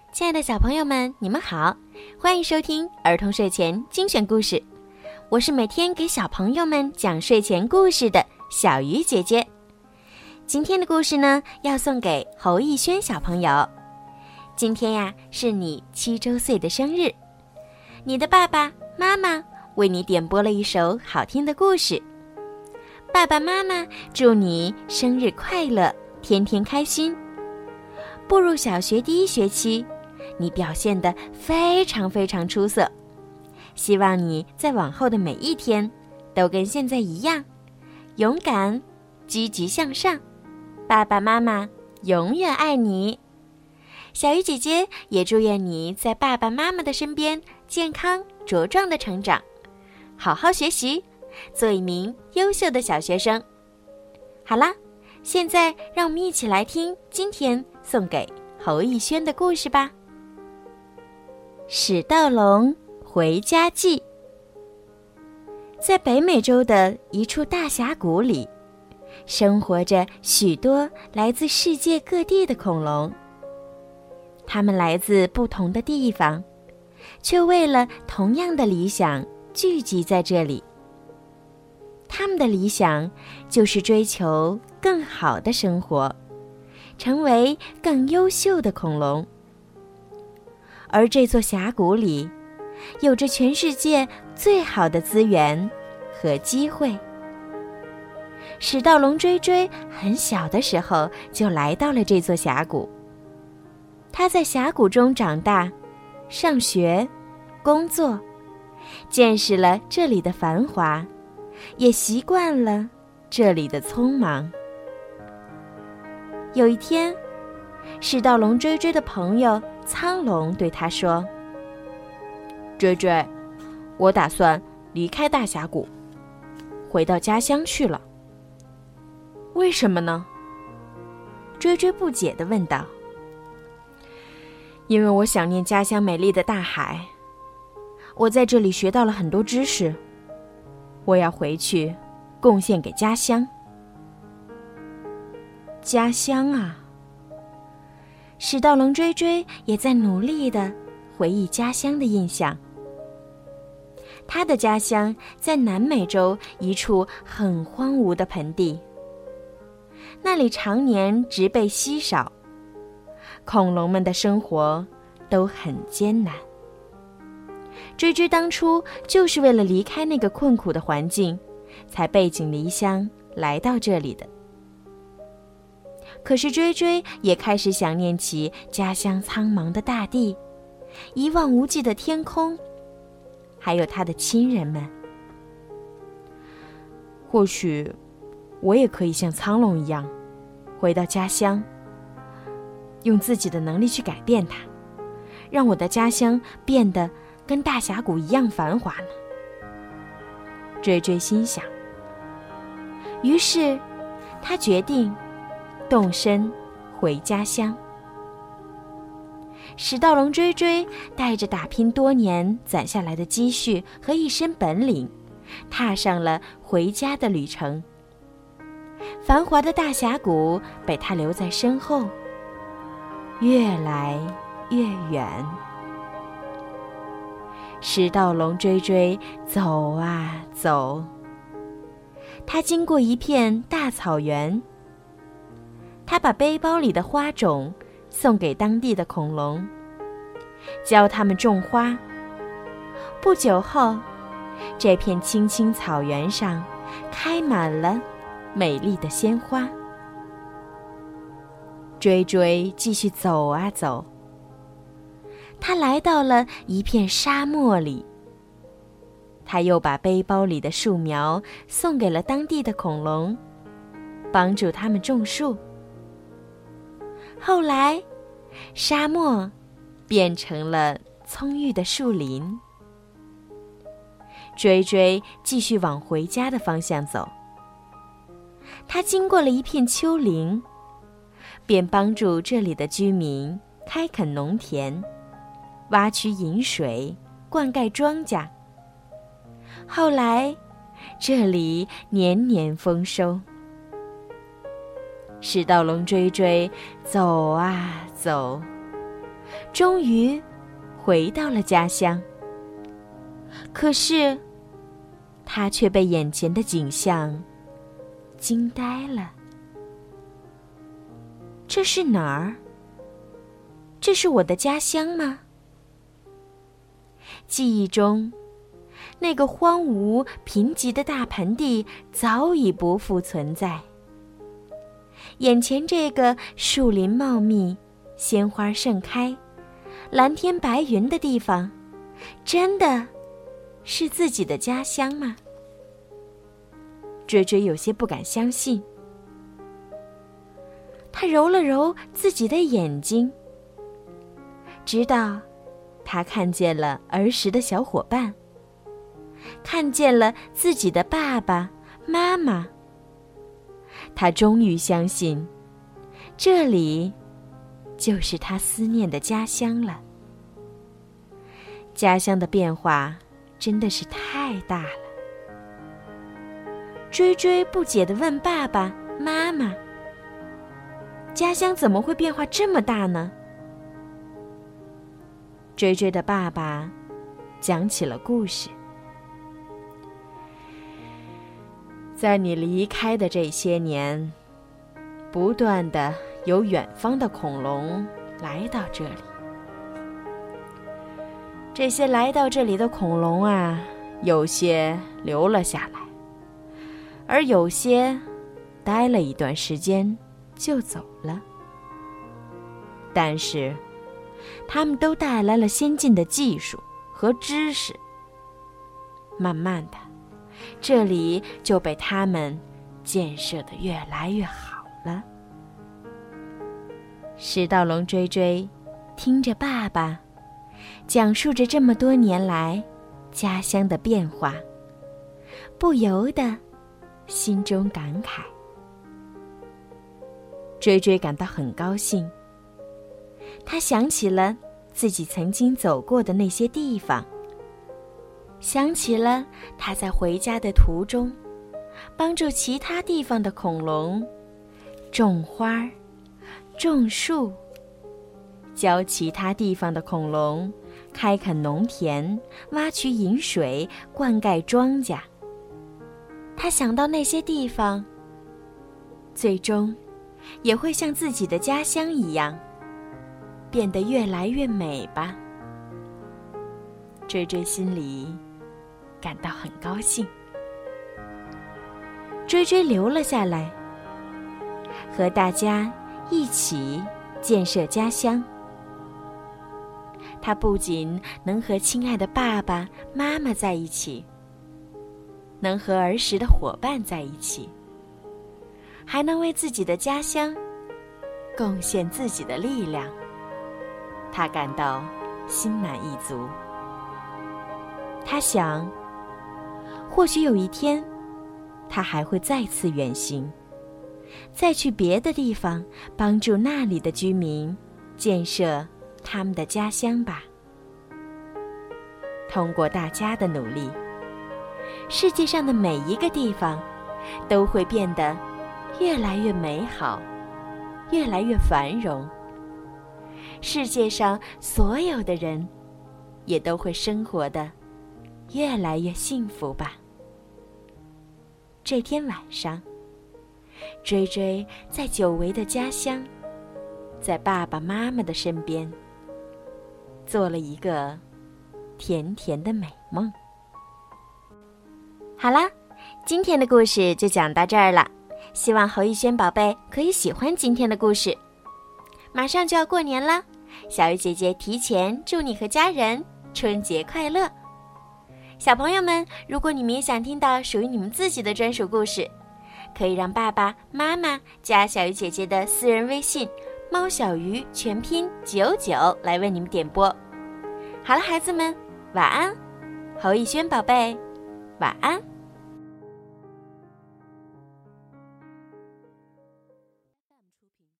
亲爱的小朋友们，你们好，欢迎收听儿童睡前精选故事。我是每天给小朋友们讲睡前故事的小鱼姐姐。今天的故事呢，要送给侯逸轩小朋友。今天呀，是你7周岁的生日，你的爸爸妈妈为你点播了一首好听的故事。爸爸妈妈祝你生日快乐，天天开心。步入小学第1学期，你表现得非常出色，希望你在往后的每一天都跟现在一样，勇敢、积极向上。爸爸妈妈永远爱你。小鱼姐姐也祝愿你在爸爸妈妈的身边健康茁壮的成长，好好学习，做一名优秀的小学生。好啦，现在让我们一起来听今天送给侯逸轩的故事吧。史盗龙回家记。在北美洲的一处大峡谷里，生活着许多来自世界各地的恐龙。它们来自不同的地方，却为了同样的理想聚集在这里。他们的理想就是追求更好的生活，成为更优秀的恐龙。而这座峡谷里，有着全世界最好的资源和机会。史盗龙追追很小的时候就来到了这座峡谷，他在峡谷中长大，上学、工作，见识了这里的繁华，也习惯了这里的匆忙。有一天，史盗龙追追的朋友苍龙对他说：追追，我打算离开大峡谷，回到家乡去了。为什么呢？追追不解地问道。因为我想念家乡美丽的大海，我在这里学到了很多知识，我要回去贡献给家乡。家乡啊！史盗龙追追也在努力地回忆家乡的印象。他的家乡在南美洲一处很荒芜的盆地，那里常年植被稀少，恐龙们的生活都很艰难。追追当初就是为了离开那个困苦的环境，才背井离乡来到这里的。可是追追也开始想念起家乡苍茫的大地，一望无际的天空，还有他的亲人们。或许我也可以像苍龙一样，回到家乡，用自己的能力去改变它，让我的家乡变得跟大峡谷一样繁华呢。追追心想。于是他决定动身回家乡。史盗龙追追带着打拼多年攒下来的积蓄和一身本领，踏上了回家的旅程。繁华的大峡谷被他留在身后，越来越远。史盗龙追追走啊走，他经过一片大草原，他把背包里的花种送给当地的恐龙，教他们种花。不久后，这片青青草原上开满了美丽的鲜花。追追继续走啊走，他来到了一片沙漠里，他又把背包里的树苗送给了当地的恐龙，帮助他们种树。后来，沙漠变成了葱郁的树林。追追继续往回家的方向走，他经过了一片丘陵，便帮助这里的居民开垦农田，挖渠引水，灌溉庄稼。后来，这里年年丰收。史盗龙追追走啊走， 终于回到了家乡。可是，他却被眼前的景象惊呆了。这是哪儿？这是我的家乡吗？记忆中，那个荒芜贫瘠的大盆地早已不复存在。眼前这个树林茂密、鲜花盛开、蓝天白云的地方，真的是自己的家乡吗？追追有些不敢相信。他揉了揉自己的眼睛，直到他看见了儿时的小伙伴，看见了自己的爸爸妈妈。他终于相信，这里就是他思念的家乡了。家乡的变化真的是太大了。追追不解地问爸爸妈妈：家乡怎么会变化这么大呢？追追的爸爸讲起了故事。在你离开的这些年，不断的有远方的恐龙来到这里。这些来到这里的恐龙啊，有些留了下来，而有些待了一段时间就走了。但是他们都带来了先进的技术和知识，慢慢的，这里就被他们建设得越来越好了。石盗龙追追听着爸爸讲述着这么多年来家乡的变化，不由得心中感慨。追追感到很高兴，他想起了自己曾经走过的那些地方，想起了他在回家的途中帮助其他地方的恐龙种花、种树，教其他地方的恐龙开垦农田、挖渠引水、灌溉庄稼。他想到那些地方最终也会像自己的家乡一样变得越来越美吧。追追心里感到很高兴。追追留了下来，和大家一起建设家乡。他不仅能和亲爱的爸爸妈妈在一起，能和儿时的伙伴在一起，还能为自己的家乡贡献自己的力量。他感到心满意足。他想，或许有一天他还会再次远行，再去别的地方帮助那里的居民建设他们的家乡吧。通过大家的努力，世界上的每一个地方都会变得越来越美好，越来越繁荣。世界上所有的人也都会生活得越来越幸福吧。这天晚上，追追在久违的家乡，在爸爸妈妈的身边，做了一个甜甜的美梦。好啦，今天的故事就讲到这儿了，希望侯逸轩宝贝可以喜欢今天的故事。马上就要过年了，小鱼姐姐提前祝你和家人春节快乐。小朋友们，如果你们也想听到属于你们自己的专属故事，可以让爸爸妈妈加小鱼姐姐的私人微信猫小鱼全拼99来为你们点播。好了，孩子们，晚安。侯逸轩宝贝，晚安。